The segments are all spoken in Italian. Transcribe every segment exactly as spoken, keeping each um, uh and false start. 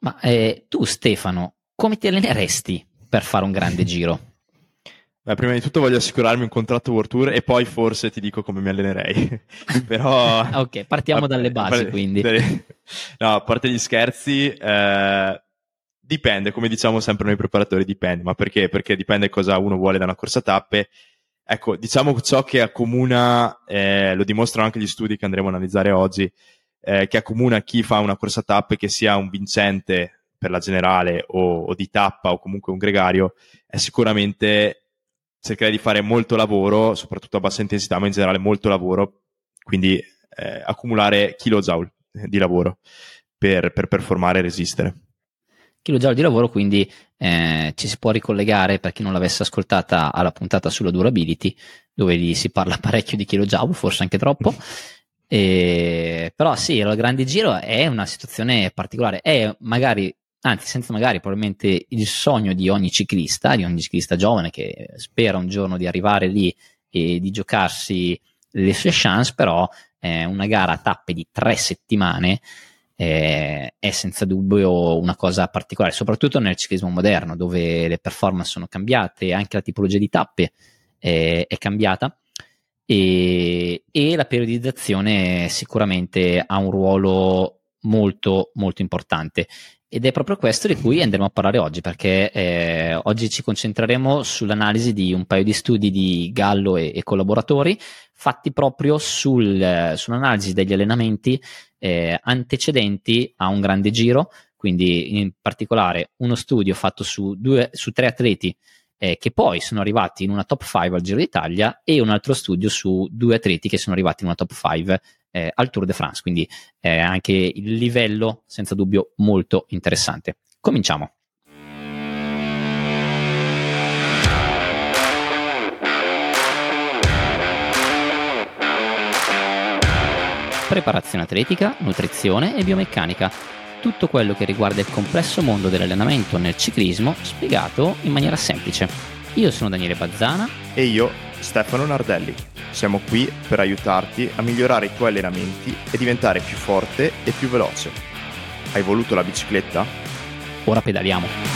Ma eh, tu Stefano, come ti alleneresti per fare un grande giro? Beh, prima di tutto voglio assicurarmi un contratto World Tour e poi forse ti dico come mi allenerei. Però ok, partiamo a, dalle basi a, quindi. No, a parte gli scherzi, eh, dipende, come diciamo sempre noi preparatori, dipende. Ma perché? Perché dipende cosa uno vuole da una corsa a tappe. Ecco, diciamo ciò che accomuna, eh, lo dimostrano anche gli studi che andremo a analizzare oggi, eh, che accomuna chi fa una corsa a tappe, che sia un vincente per la generale o, o di tappa o comunque un gregario, è sicuramente cercare di fare molto lavoro, soprattutto a bassa intensità, ma in generale molto lavoro, quindi eh, accumulare kilojoule di lavoro per, per performare e resistere. Kilojoule di lavoro, quindi eh, ci si può ricollegare, per chi non l'avesse ascoltata, alla puntata sulla durability, dove lì si parla parecchio di kilojoule, forse anche troppo. E, però sì, il grande giro è una situazione particolare, è magari, anzi senza magari, probabilmente il sogno di ogni ciclista, di ogni ciclista giovane che spera un giorno di arrivare lì e di giocarsi le sue chance, però eh, una gara a tappe di tre settimane eh, è senza dubbio una cosa particolare, soprattutto nel ciclismo moderno, dove le performance sono cambiate, anche la tipologia di tappe eh, è cambiata. E, e la periodizzazione sicuramente ha un ruolo molto molto importante, ed è proprio questo di cui andremo a parlare oggi, perché eh, oggi ci concentreremo sull'analisi di un paio di studi di Gallo e, e collaboratori fatti proprio sul, sull'analisi degli allenamenti eh, antecedenti a un grande giro, quindi in particolare uno studio fatto su, due, su tre atleti Eh, che poi sono arrivati in una top cinque al Giro d'Italia, e un altro studio su due atleti che sono arrivati in una top cinque eh, al Tour de France, quindi eh, anche il livello senza dubbio molto interessante. Cominciamo. Preparazione atletica, nutrizione e biomeccanica. Tutto quello che riguarda il complesso mondo dell'allenamento nel ciclismo, spiegato in maniera semplice. Io sono Daniele Bazzana. E io, Stefano Nardelli. Siamo qui per aiutarti a migliorare i tuoi allenamenti e diventare più forte e più veloce. Hai voluto la bicicletta? Ora pedaliamo.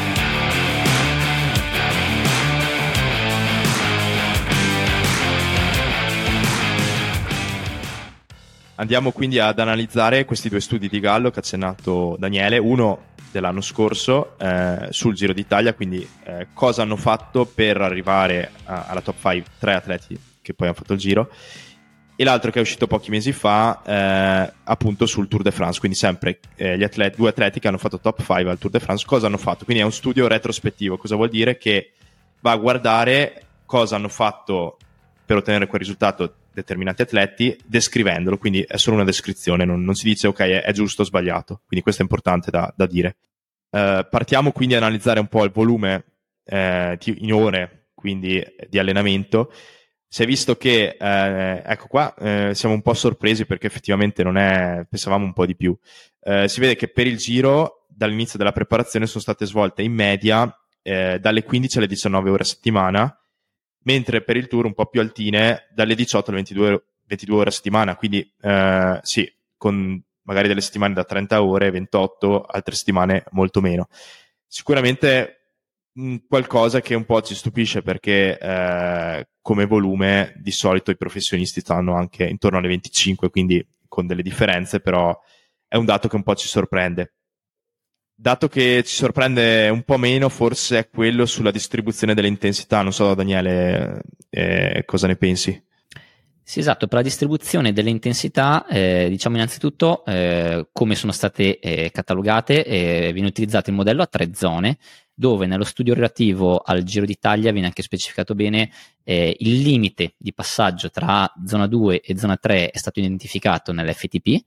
Andiamo quindi ad analizzare questi due studi di Gallo che ha accennato Daniele, uno dell'anno scorso eh, sul Giro d'Italia, quindi eh, cosa hanno fatto per arrivare a, alla top cinque tre atleti che poi hanno fatto il Giro, e l'altro che è uscito pochi mesi fa eh, appunto sul Tour de France, quindi sempre eh, gli atleti, due atleti che hanno fatto top cinque al Tour de France, cosa hanno fatto, quindi è un studio retrospettivo. Cosa vuol dire? Che va a guardare cosa hanno fatto per ottenere quel risultato determinati atleti, descrivendolo, quindi è solo una descrizione, non, non si dice ok è, è giusto o sbagliato, quindi questo è importante da, da dire. Uh, partiamo quindi a analizzare un po' il volume eh, di, in ore, quindi di allenamento. Si è visto che, eh, ecco qua, eh, siamo un po' sorpresi perché effettivamente non è, pensavamo un po' di più. Eh, si vede che per il Giro, dall'inizio della preparazione, sono state svolte in media eh, dalle quindici alle diciannove ore a settimana, mentre per il Tour un po' più altine, dalle diciotto alle ventidue, ventidue ore a settimana, quindi eh, sì, con magari delle settimane da trenta ore, ventotto, altre settimane molto meno. Sicuramente mh, qualcosa che un po' ci stupisce, perché eh, come volume di solito i professionisti stanno anche intorno alle venticinque, quindi con delle differenze, però è un dato che un po' ci sorprende. Dato che ci sorprende un po' meno forse è quello sulla distribuzione delle intensità. Non so, Daniele, eh, cosa ne pensi? Sì, esatto, per la distribuzione delle intensità eh, diciamo innanzitutto eh, come sono state eh, catalogate. Eh, viene utilizzato il modello a tre zone, dove nello studio relativo al Giro d'Italia viene anche specificato bene eh, il limite di passaggio tra zona due e zona tre è stato identificato nell'F T P,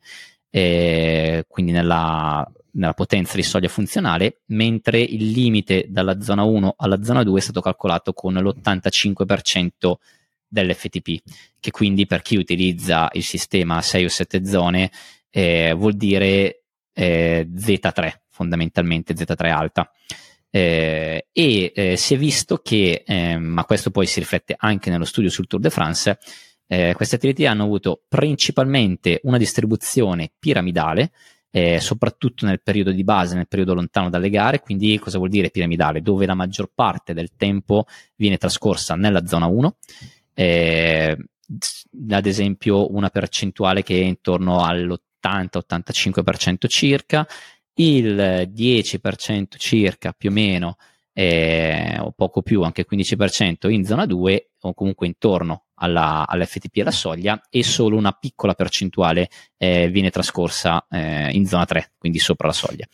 eh, quindi nella nella potenza di soglia funzionale, mentre il limite dalla zona uno alla zona due è stato calcolato con l'ottantacinque per cento dell'F T P, che quindi per chi utilizza il sistema a sei o sette zone eh, vuol dire eh, Z tre, fondamentalmente Z tre alta. Eh, e eh, si è visto che, eh, ma questo poi si riflette anche nello studio sul Tour de France, eh, questi atleti hanno avuto principalmente una distribuzione piramidale, eh, soprattutto nel periodo di base, nel periodo lontano dalle gare. Quindi cosa vuol dire piramidale? Dove la maggior parte del tempo viene trascorsa nella zona uno, eh, ad esempio una percentuale che è intorno all'ottanta ottantacinque per cento circa, il dieci per cento circa più o meno, eh, o poco più, anche il quindici per cento in zona due, o comunque intorno alla, all'F T P e alla soglia, e solo una piccola percentuale eh, viene trascorsa eh, in zona tre, quindi sopra la soglia.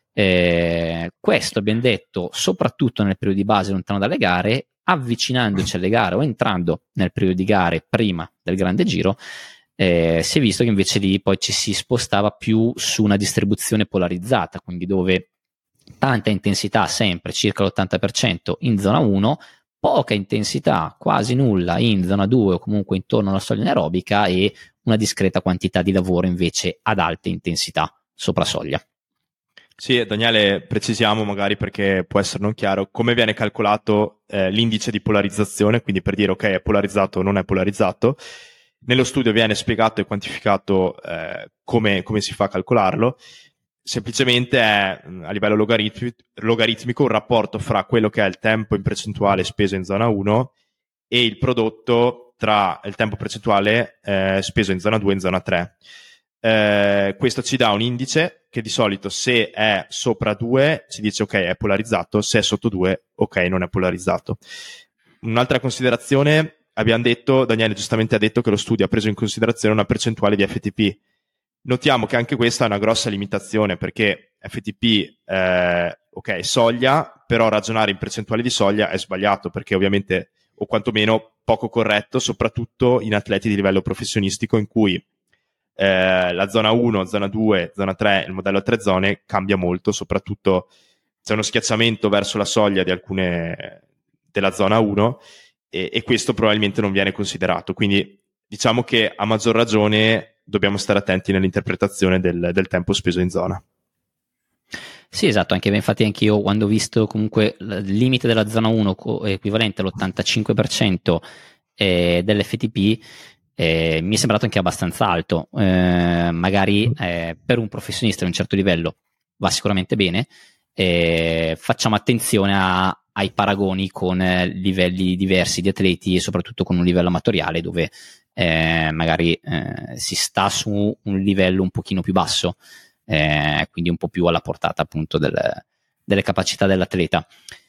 Eh, questo abbiamo detto soprattutto nel periodo di base lontano dalle gare. Avvicinandoci alle gare o entrando nel periodo di gare prima del grande giro, eh, si è visto che invece lì poi ci si spostava più su una distribuzione polarizzata, quindi dove tanta intensità sempre, circa l'ottanta per cento in zona uno, poca intensità, quasi nulla in zona due o comunque intorno alla soglia anaerobica, e una discreta quantità di lavoro invece ad alta intensità sopra soglia. Sì, Daniele, precisiamo magari perché può essere non chiaro come viene calcolato eh, l'indice di polarizzazione, quindi per dire ok, è polarizzato o non è polarizzato. Nello studio viene spiegato e quantificato eh, come, come si fa a calcolarlo. Semplicemente è a livello logaritmi- logaritmico un rapporto fra quello che è il tempo in percentuale speso in zona uno e il prodotto tra il tempo percentuale eh, speso in zona due e in zona tre. Eh, questo ci dà un indice che di solito, se è sopra due, si dice ok, è polarizzato, se è sotto due, ok, non è polarizzato. Un'altra considerazione, abbiamo detto, Daniele giustamente ha detto che lo studio ha preso in considerazione una percentuale di F T P. Notiamo che anche questa è una grossa limitazione, perché F T P, eh, ok, soglia, però ragionare in percentuali di soglia è sbagliato, perché ovviamente, o quantomeno poco corretto, soprattutto in atleti di livello professionistico, in cui Eh, la zona uno, zona due, zona tre, il modello a tre zone cambia molto, soprattutto c'è uno schiacciamento verso la soglia di alcune della zona uno, e, e questo probabilmente non viene considerato, quindi diciamo che a maggior ragione dobbiamo stare attenti nell'interpretazione del, del tempo speso in zona. Sì, esatto, anche infatti anche io quando ho visto comunque il limite della zona uno equivalente all'ottantacinque per cento eh, dell'F T P, Eh, mi è sembrato anche abbastanza alto. Eh, magari eh, per un professionista di un certo livello va sicuramente bene. Eh, facciamo attenzione a, ai paragoni con eh, livelli diversi di atleti, e soprattutto con un livello amatoriale dove eh, magari eh, si sta su un livello un pochino più basso, eh, quindi un po' più alla portata appunto del, delle capacità dell'atleta.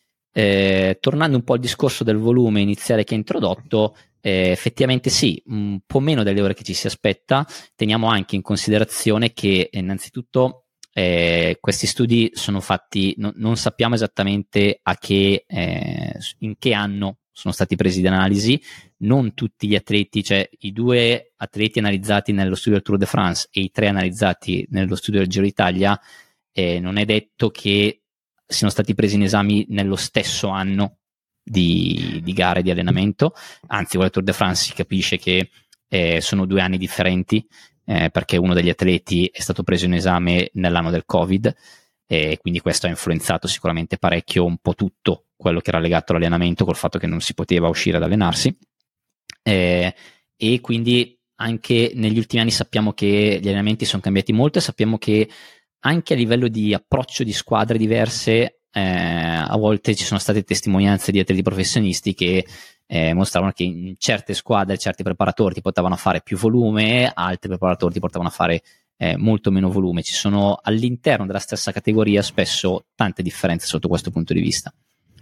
Eh, tornando un po' al discorso del volume iniziale che ha introdotto, eh, effettivamente sì, un po' meno delle ore che ci si aspetta. Teniamo anche in considerazione che innanzitutto eh, questi studi sono fatti, no, non sappiamo esattamente a che, eh, in che anno sono stati presi di analisi. Non tutti gli atleti, cioè i due atleti analizzati nello studio del Tour de France e i tre analizzati nello studio del Giro d'Italia, eh, non è detto che siano stati presi in esami nello stesso anno di, di gare di allenamento. Anzi, con il Tour de France si capisce che eh, sono due anni differenti, eh, perché uno degli atleti è stato preso in esame nell'anno del Covid, e quindi questo ha influenzato sicuramente parecchio un po' tutto quello che era legato all'allenamento, col fatto che non si poteva uscire ad allenarsi, eh, e quindi anche negli ultimi anni sappiamo che gli allenamenti sono cambiati molto, e sappiamo che anche a livello di approccio di squadre diverse, eh, a volte ci sono state testimonianze di atleti professionisti che eh, mostravano che in certe squadre certi preparatori ti portavano a fare più volume, altri preparatori ti portavano a fare eh, molto meno volume. Ci sono all'interno della stessa categoria spesso tante differenze sotto questo punto di vista.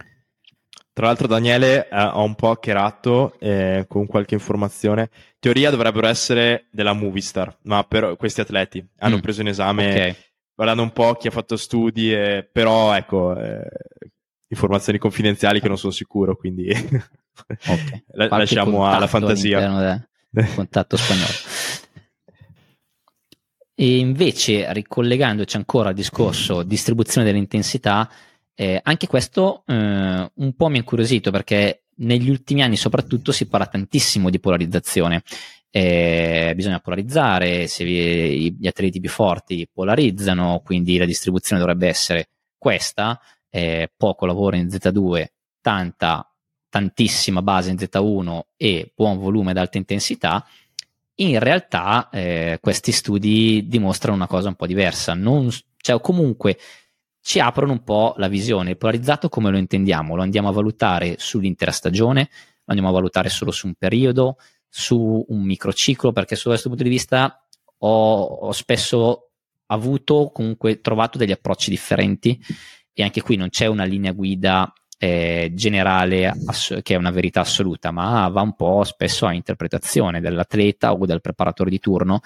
Tra l'altro Daniele eh, ho un po' hackerato eh, con qualche informazione. Teoria dovrebbero essere della Movistar, ma per questi atleti hanno mm. preso in esame, okay, guardando un po' chi ha fatto studi, eh, però ecco, eh, informazioni confidenziali che non sono sicuro, quindi okay. La, lasciamo alla fantasia. Del contatto spagnolo. E invece, ricollegandoci ancora al discorso distribuzione dell'intensità, Eh, anche questo eh, un po' mi ha incuriosito, perché negli ultimi anni soprattutto si parla tantissimo di polarizzazione. Eh, bisogna polarizzare, se vi, gli atleti più forti polarizzano, quindi la distribuzione dovrebbe essere questa, eh, poco lavoro in Z due, tanta, tantissima base in Z uno e buon volume ad alta intensità. In realtà eh, questi studi dimostrano una cosa un po' diversa, non, cioè comunque ci aprono un po' la visione. Il polarizzato come lo intendiamo? Lo andiamo a valutare sull'intera stagione, lo andiamo a valutare solo su un periodo, su un microciclo, perché su questo punto di vista ho, ho spesso avuto, comunque trovato degli approcci differenti, e anche qui non c'è una linea guida eh, generale ass- che è una verità assoluta, ma va un po' spesso a interpretazione dell'atleta o del preparatore di turno,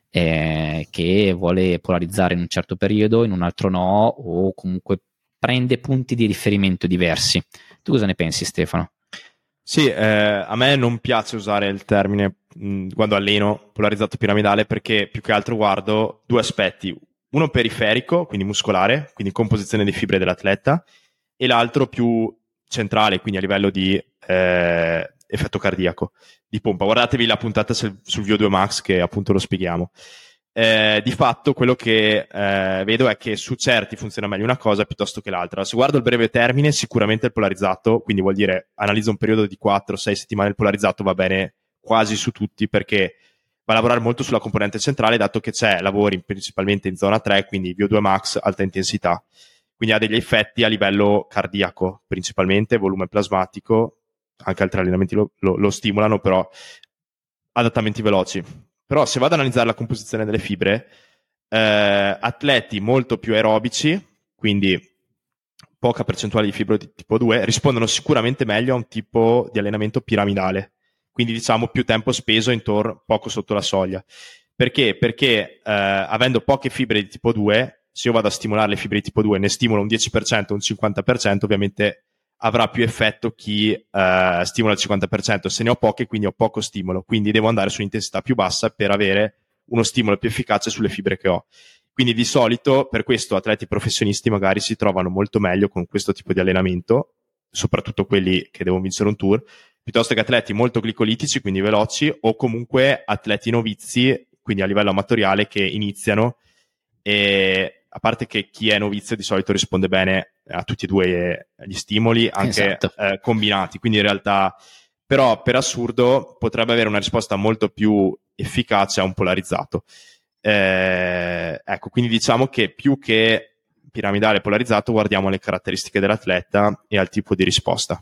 eh, che vuole polarizzare in un certo periodo, in un altro no, o comunque prende punti di riferimento diversi. Tu cosa ne pensi, Stefano? Sì, eh, a me non piace usare il termine mh, quando alleno polarizzato piramidale, perché più che altro guardo due aspetti: uno periferico, quindi muscolare, quindi composizione delle fibre dell'atleta, e l'altro più centrale, quindi a livello di eh, effetto cardiaco, di pompa. Guardatevi la puntata sul, sul V O due Max, che appunto lo spieghiamo. Eh, di fatto quello che eh, vedo è che su certi funziona meglio una cosa piuttosto che l'altra. Se guardo il breve termine, sicuramente il polarizzato, quindi vuol dire analizzo un periodo di quattro sei settimane, il polarizzato va bene quasi su tutti, perché va a lavorare molto sulla componente centrale, dato che c'è lavori principalmente in zona tre, quindi V O due Max, alta intensità, quindi ha degli effetti a livello cardiaco principalmente, volume plasmatico, anche altri allenamenti lo, lo, lo stimolano, però adattamenti veloci. Però se vado ad analizzare la composizione delle fibre, eh, atleti molto più aerobici, quindi poca percentuale di fibre di tipo due, rispondono sicuramente meglio a un tipo di allenamento piramidale, quindi diciamo più tempo speso intorno, poco sotto la soglia. Perché? Perché eh, avendo poche fibre di tipo due, se io vado a stimolare le fibre di tipo due, ne stimolo un dieci per cento, un cinquanta per cento, ovviamente avrà più effetto chi uh, stimola il cinquanta per cento. Se ne ho poche, quindi ho poco stimolo, quindi devo andare su un'intensità più bassa per avere uno stimolo più efficace sulle fibre che ho. Quindi di solito, per questo, atleti professionisti magari si trovano molto meglio con questo tipo di allenamento, soprattutto quelli che devono vincere un tour, piuttosto che atleti molto glicolitici, quindi veloci, o comunque atleti novizi, quindi a livello amatoriale, che iniziano, e a parte che chi è novizio di solito risponde bene a tutti e due gli stimoli, anche Esatto. eh, combinati, quindi in realtà, però per assurdo potrebbe avere una risposta molto più efficace a un polarizzato. Eh, ecco, quindi diciamo che più che piramidale polarizzato guardiamo alle caratteristiche dell'atleta e al tipo di risposta.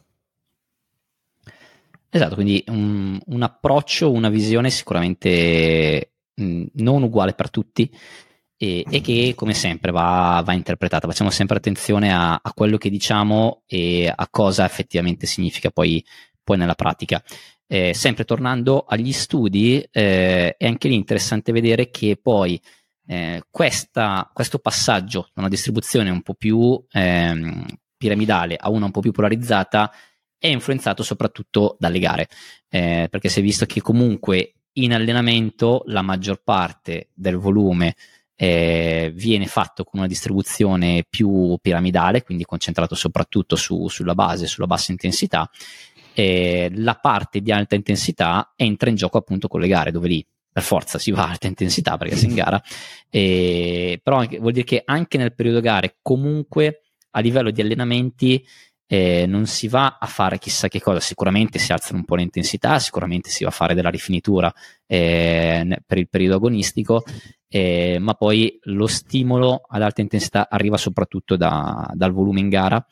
Esatto, quindi un, un approccio, una visione sicuramente mh, non uguale per tutti, e, e che come sempre va, va interpretata. Facciamo sempre attenzione a, a quello che diciamo e a cosa effettivamente significa poi, poi nella pratica. Eh, sempre tornando agli studi, eh, è anche lì interessante vedere che poi eh, questa, questo passaggio da una distribuzione un po' più ehm, piramidale a una un po' più polarizzata è influenzato soprattutto dalle gare, eh, perché si è visto che comunque in allenamento la maggior parte del volume eh, viene fatto con una distribuzione più piramidale, quindi concentrato soprattutto su, sulla base, sulla bassa intensità. Eh, la parte di alta intensità entra in gioco appunto con le gare, dove lì per forza si va a alta intensità perché si in gara, eh, però anche, vuol dire che anche nel periodo gare comunque a livello di allenamenti eh, non si va a fare chissà che cosa. Sicuramente si alzano un po' l'intensità, sicuramente si va a fare della rifinitura eh, per il periodo agonistico, eh, ma poi lo stimolo ad alta intensità arriva soprattutto da, dal volume in gara,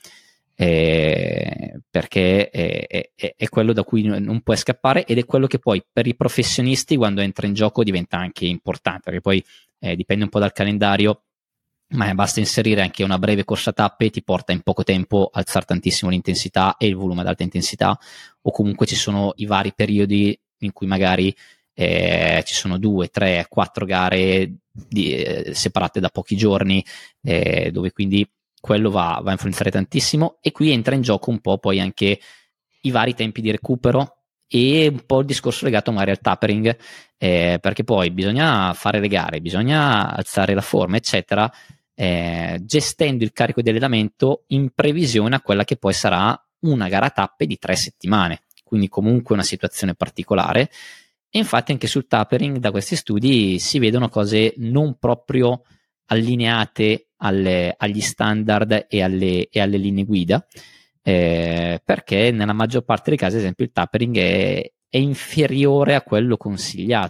Eh, perché è, è, è quello da cui non puoi scappare, ed è quello che poi per i professionisti quando entra in gioco diventa anche importante, perché poi eh, dipende un po' dal calendario, ma basta inserire anche una breve corsa tappe, ti porta in poco tempo a alzare tantissimo l'intensità e il volume ad alta intensità, o comunque ci sono i vari periodi in cui magari eh, ci sono due, tre, quattro gare di, eh, separate da pochi giorni, eh, dove quindi quello va, va a influenzare tantissimo, e qui entra in gioco un po' poi anche i vari tempi di recupero e un po' il discorso legato magari al tapering, eh, perché poi bisogna fare le gare, bisogna alzare la forma, eccetera, eh, gestendo il carico di allenamento in previsione a quella che poi sarà una gara a tappe di tre settimane, quindi comunque una situazione particolare. E infatti anche sul tapering da questi studi si vedono cose non proprio allineate alle, agli standard e alle, e alle linee guida, eh, perché nella maggior parte dei casi, ad esempio, il tapering è, è inferiore a quello consigliato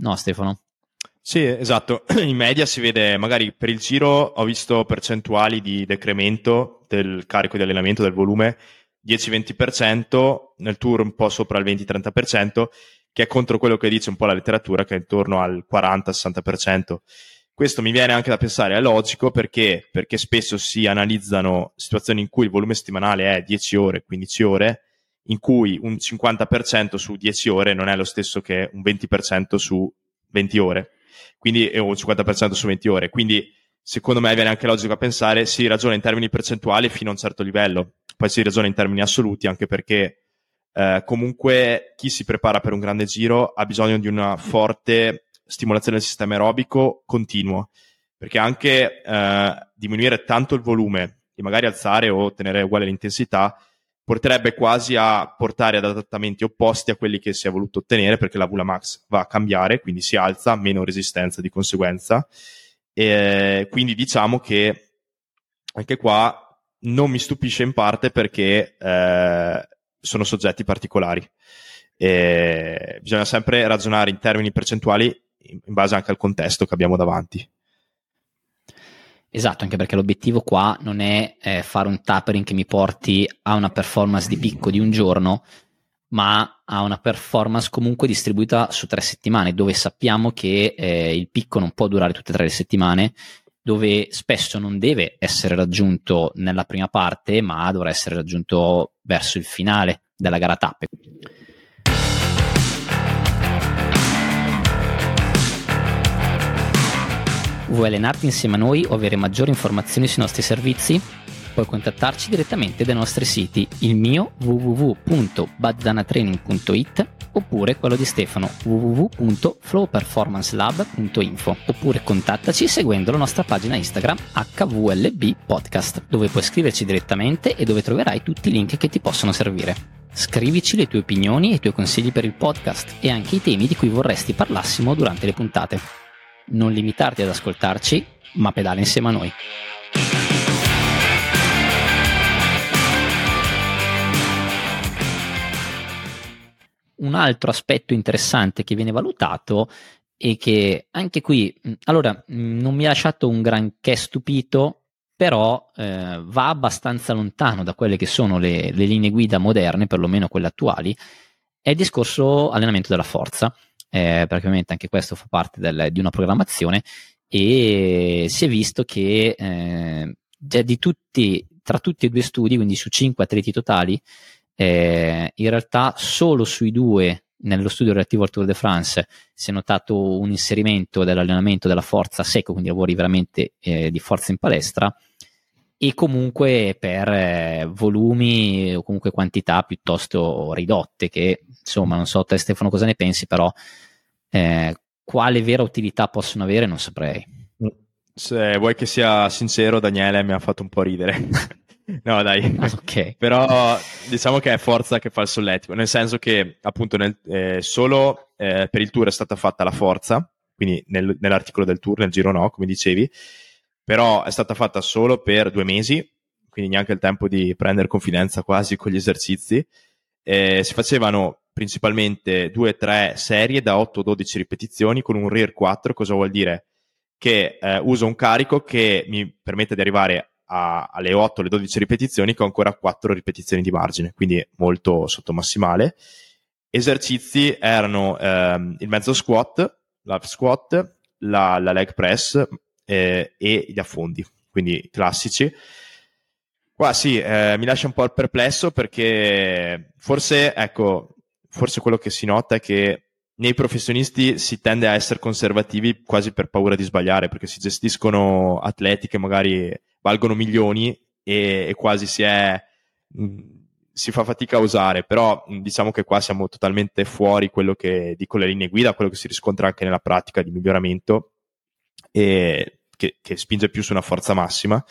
no Stefano? Sì, esatto, in media si vede, magari per il giro ho visto percentuali di decremento del carico di allenamento, del volume, dieci venti per cento, nel tour un po' sopra il venti trenta per cento, che è contro quello che dice un po' la letteratura, che è intorno al quaranta sessanta per cento. Questo mi viene anche da pensare, è logico, perché perché spesso si analizzano situazioni in cui il volume settimanale è dieci ore, quindici ore, in cui un cinquanta per cento su dieci ore non è lo stesso che un venti per cento su venti ore, quindi o un cinquanta per cento su venti ore. Quindi secondo me viene anche logico a pensare, si ragiona in termini percentuali fino a un certo livello, poi si ragiona in termini assoluti, anche perché eh, comunque chi si prepara per un grande giro ha bisogno di una forte stimolazione del sistema aerobico continuo, perché anche eh, diminuire tanto il volume e magari alzare o tenere uguale l'intensità porterebbe quasi a portare ad adattamenti opposti a quelli che si è voluto ottenere, perché la V L A max va a cambiare, quindi si alza, meno resistenza di conseguenza, e quindi diciamo che anche qua non mi stupisce, in parte perché eh, sono soggetti particolari. E bisogna sempre ragionare in termini percentuali in base anche al contesto che abbiamo davanti. Esatto, anche perché l'obiettivo qua non è eh, fare un tapering che mi porti a una performance di picco di un giorno, ma a una performance comunque distribuita su tre settimane, dove sappiamo che eh, il picco non può durare tutte e tre le settimane, dove spesso non deve essere raggiunto nella prima parte, ma dovrà essere raggiunto verso il finale della gara tappe. Vuoi allenarti insieme a noi o avere maggiori informazioni sui nostri servizi? Puoi contattarci direttamente dai nostri siti, il mio w w w punto bazzanatraining punto i t oppure quello di Stefano w w w punto flow performance lab punto info, oppure contattaci seguendo la nostra pagina Instagram H V L B Podcast, dove puoi scriverci direttamente e dove troverai tutti i link che ti possono servire. Scrivici le tue opinioni e i tuoi consigli per il podcast e anche i temi di cui vorresti parlassimo durante le puntate. Non limitarti ad ascoltarci, ma pedala insieme a noi. Un altro aspetto interessante che viene valutato e che anche qui, allora, non mi ha lasciato un granché stupito, però eh, va abbastanza lontano da quelle che sono le, le linee guida moderne, perlomeno quelle attuali, è il discorso allenamento della forza. Eh, perché ovviamente anche questo fa parte del, di una programmazione, e si è visto che eh, di tutti, tra tutti e due studi, quindi su cinque atleti totali, eh, in realtà solo sui due, nello studio relativo al Tour de France, si è notato un inserimento dell'allenamento della forza secco, quindi lavori veramente eh, di forza in palestra, e comunque per eh, volumi o comunque quantità piuttosto ridotte, che insomma, non so te Stefano cosa ne pensi, però eh, quale vera utilità possono avere non saprei. Se vuoi che sia sincero, Daniele mi ha fatto un po' ridere. No dai, okay. Però diciamo che è forza che fa il solletico, nel senso che appunto nel, eh, solo eh, per il Tour è stata fatta la forza, quindi nel, nell'articolo del Tour, nel Giro no, come dicevi, però è stata fatta solo per due mesi, quindi neanche il tempo di prendere confidenza quasi con gli esercizi. Eh, si facevano principalmente due tre serie da otto dodici ripetizioni con un rear quattro. Cosa vuol dire? Che eh, uso un carico che mi permette di arrivare a, alle otto, alle dodici ripetizioni con ancora quattro ripetizioni di margine, quindi molto sotto massimale. Esercizi erano ehm, il mezzo squat, l'half squat, la, la leg press eh, e gli affondi, quindi classici. Qua sì, eh, mi lascia un po' perplesso, perché forse, ecco, forse quello che si nota è che nei professionisti si tende a essere conservativi quasi per paura di sbagliare, perché si gestiscono atleti che magari valgono milioni e, e quasi si è mh, si fa fatica a usare. Però mh, diciamo che qua siamo totalmente fuori quello che dicono le linee guida, quello che si riscontra anche nella pratica di miglioramento, e che, che spinge più su una forza massima.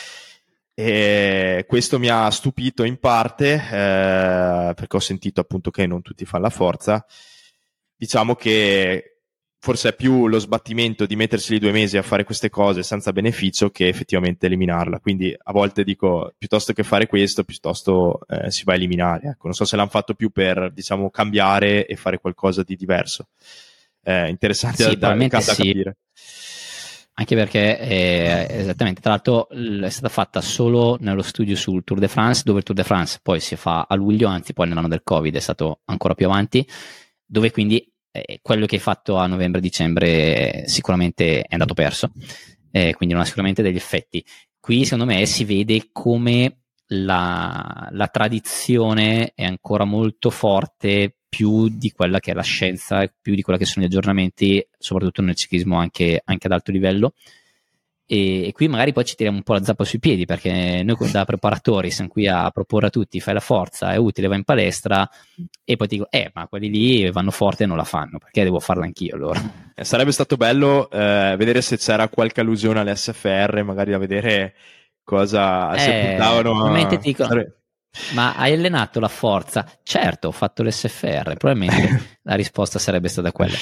E questo mi ha stupito in parte, eh, perché ho sentito appunto che non tutti fanno la forza. Diciamo che forse è più lo sbattimento di mettersi lì due mesi a fare queste cose senza beneficio che effettivamente eliminarla. Quindi a volte dico, piuttosto che fare questo, piuttosto eh, si va a eliminare. Ecco, non so se l'hanno fatto più per, diciamo, cambiare e fare qualcosa di diverso. eh, interessanti sì, da, da, da sì. capire. Anche perché eh, esattamente, tra l'altro è stata fatta solo nello studio sul Tour de France, dove il Tour de France poi si fa a luglio, anzi poi nell'anno del Covid è stato ancora più avanti, dove quindi eh, quello che hai fatto a novembre-dicembre eh, sicuramente è andato perso, eh, quindi non ha sicuramente degli effetti. Qui secondo me si vede come la, la tradizione è ancora molto forte, più di quella che è la scienza, più di quella che sono gli aggiornamenti, soprattutto nel ciclismo anche, anche ad alto livello. E, e qui magari poi ci tiriamo un po' la zappa sui piedi, perché noi da preparatori siamo qui a proporre a tutti: fai la forza, è utile, vai in palestra, e poi ti dico eh ma quelli lì vanno forte e non la fanno, perché devo farla anch'io allora? Eh, sarebbe stato bello eh, vedere se c'era qualche allusione all'S F R, magari da vedere cosa eh, se puntavano a... probabilmente ti dicono: ma hai allenato la forza? Certo, ho fatto l'S F R. Probabilmente la risposta sarebbe stata quella.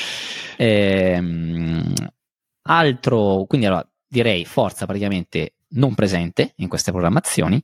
Ehm, altro, quindi allora direi forza praticamente non presente in queste programmazioni.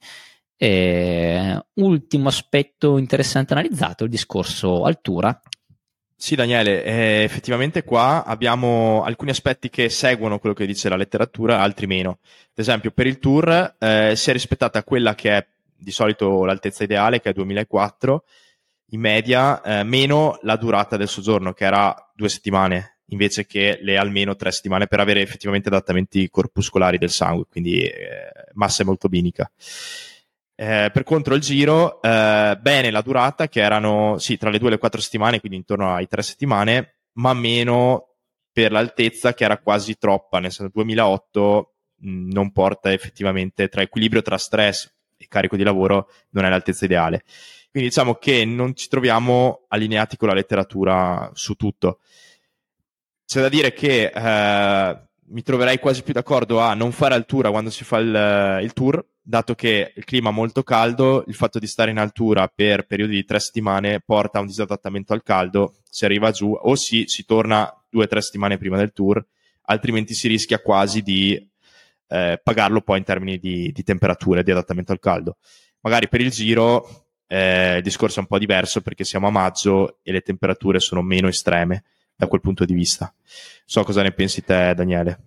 Eh, ultimo aspetto interessante analizzato, il discorso altura. Sì, Daniele, eh, effettivamente qua abbiamo alcuni aspetti che seguono quello che dice la letteratura, altri meno. Ad esempio, per il Tour eh, si è rispettata quella che è di solito l'altezza ideale, che è duemilaquattro in media, eh, meno la durata del soggiorno, che era due settimane, invece che le almeno tre settimane, per avere effettivamente adattamenti corpuscolari del sangue, quindi eh, massa emotogbinica. Eh, per contro il giro, eh, bene la durata, che erano sì tra le due e le quattro settimane, quindi intorno ai tre settimane, ma meno per l'altezza, che era quasi troppa, nel senso duemilaotto mh, non porta effettivamente, tra equilibrio tra stress e carico di lavoro, non è l'altezza ideale. Quindi diciamo che non ci troviamo allineati con la letteratura su tutto. C'è da dire che eh, mi troverei quasi più d'accordo a non fare altura quando si fa il, il tour, dato che il clima è molto caldo, il fatto di stare in altura per periodi di tre settimane porta a un disadattamento al caldo, si arriva giù, o si, si torna due o tre settimane prima del tour, altrimenti si rischia quasi di eh, pagarlo poi in termini di, di temperatura e di adattamento al caldo. Magari per il giro eh, il discorso è un po' diverso, perché siamo a maggio e le temperature sono meno estreme da quel punto di vista. So cosa ne pensi te, Daniele.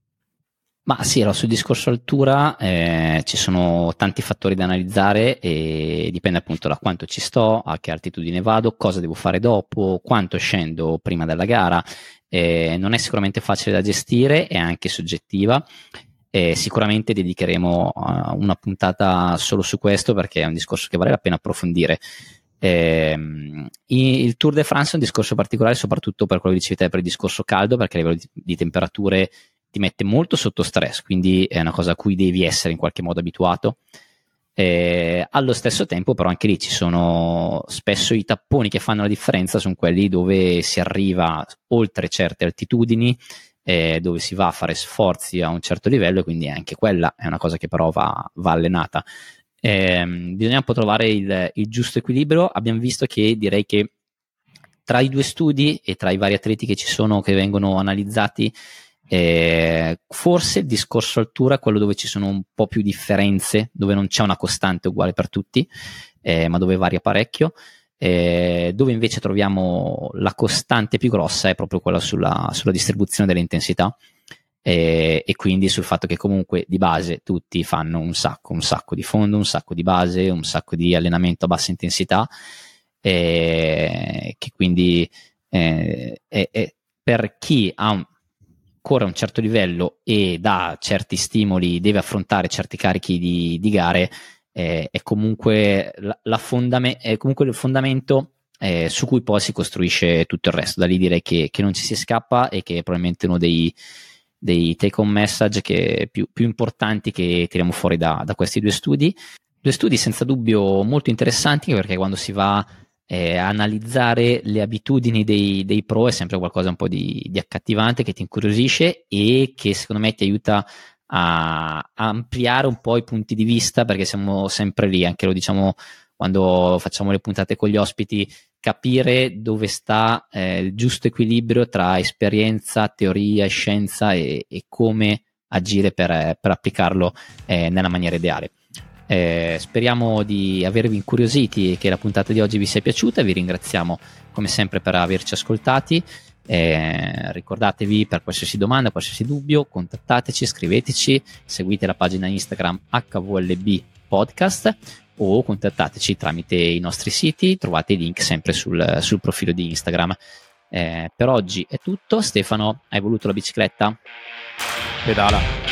Ma sì, allora, sul discorso altura eh, ci sono tanti fattori da analizzare, e dipende appunto da quanto ci sto, a che altitudine vado, cosa devo fare dopo, quanto scendo prima della gara. Eh, non è sicuramente facile da gestire, è anche soggettiva. Eh, sicuramente dedicheremo uh, una puntata solo su questo, perché è un discorso che vale la pena approfondire. Eh, il Tour de France è un discorso particolare, soprattutto per quello che dicevi te, per il discorso caldo, perché a livello di, di temperature ti mette molto sotto stress, quindi è una cosa a cui devi essere in qualche modo abituato. Eh, allo stesso tempo però anche lì ci sono spesso i tapponi che fanno la differenza, sono quelli dove si arriva oltre certe altitudini, eh, dove si va a fare sforzi a un certo livello, e quindi anche quella è una cosa che però va, va allenata. Eh, bisogna un po' trovare il, il giusto equilibrio. Abbiamo visto che direi che tra i due studi e tra i vari atleti che ci sono, che vengono analizzati, Eh, forse il discorso altura è quello dove ci sono un po' più differenze, dove non c'è una costante uguale per tutti, eh, ma dove varia parecchio. Eh, dove invece troviamo la costante più grossa è proprio quella sulla, sulla distribuzione delle intensità, eh, e quindi sul fatto che comunque di base tutti fanno un sacco, un sacco di fondo, un sacco di base, un sacco di allenamento a bassa intensità, eh, che quindi eh, è, è per chi ha un corre a un certo livello e da certi stimoli deve affrontare certi carichi di, di gare, eh, è comunque la, la fondame- è comunque il fondamento eh, su cui poi si costruisce tutto il resto. Da lì direi che, che non ci si scappa, e che è probabilmente uno dei, dei take home message che più, più importanti che tiriamo fuori da, da questi due studi. Due studi senza dubbio molto interessanti, perché quando si va Eh, analizzare le abitudini dei, dei pro è sempre qualcosa un po' di, di accattivante, che ti incuriosisce e che secondo me ti aiuta a, a ampliare un po' i punti di vista, perché siamo sempre lì, anche lo diciamo quando facciamo le puntate con gli ospiti, capire dove sta eh, il giusto equilibrio tra esperienza, teoria, scienza, e, e come agire per, per applicarlo eh, nella maniera ideale. Eh, speriamo di avervi incuriositi e che la puntata di oggi vi sia piaciuta. Vi ringraziamo come sempre per averci ascoltati. Eh, ricordatevi, per qualsiasi domanda, qualsiasi dubbio, contattateci, scriveteci, seguite la pagina Instagram H V L B Podcast o contattateci tramite i nostri siti, trovate i link sempre sul, sul profilo di Instagram. Eh, per oggi è tutto. Stefano, hai voluto la bicicletta? Pedala.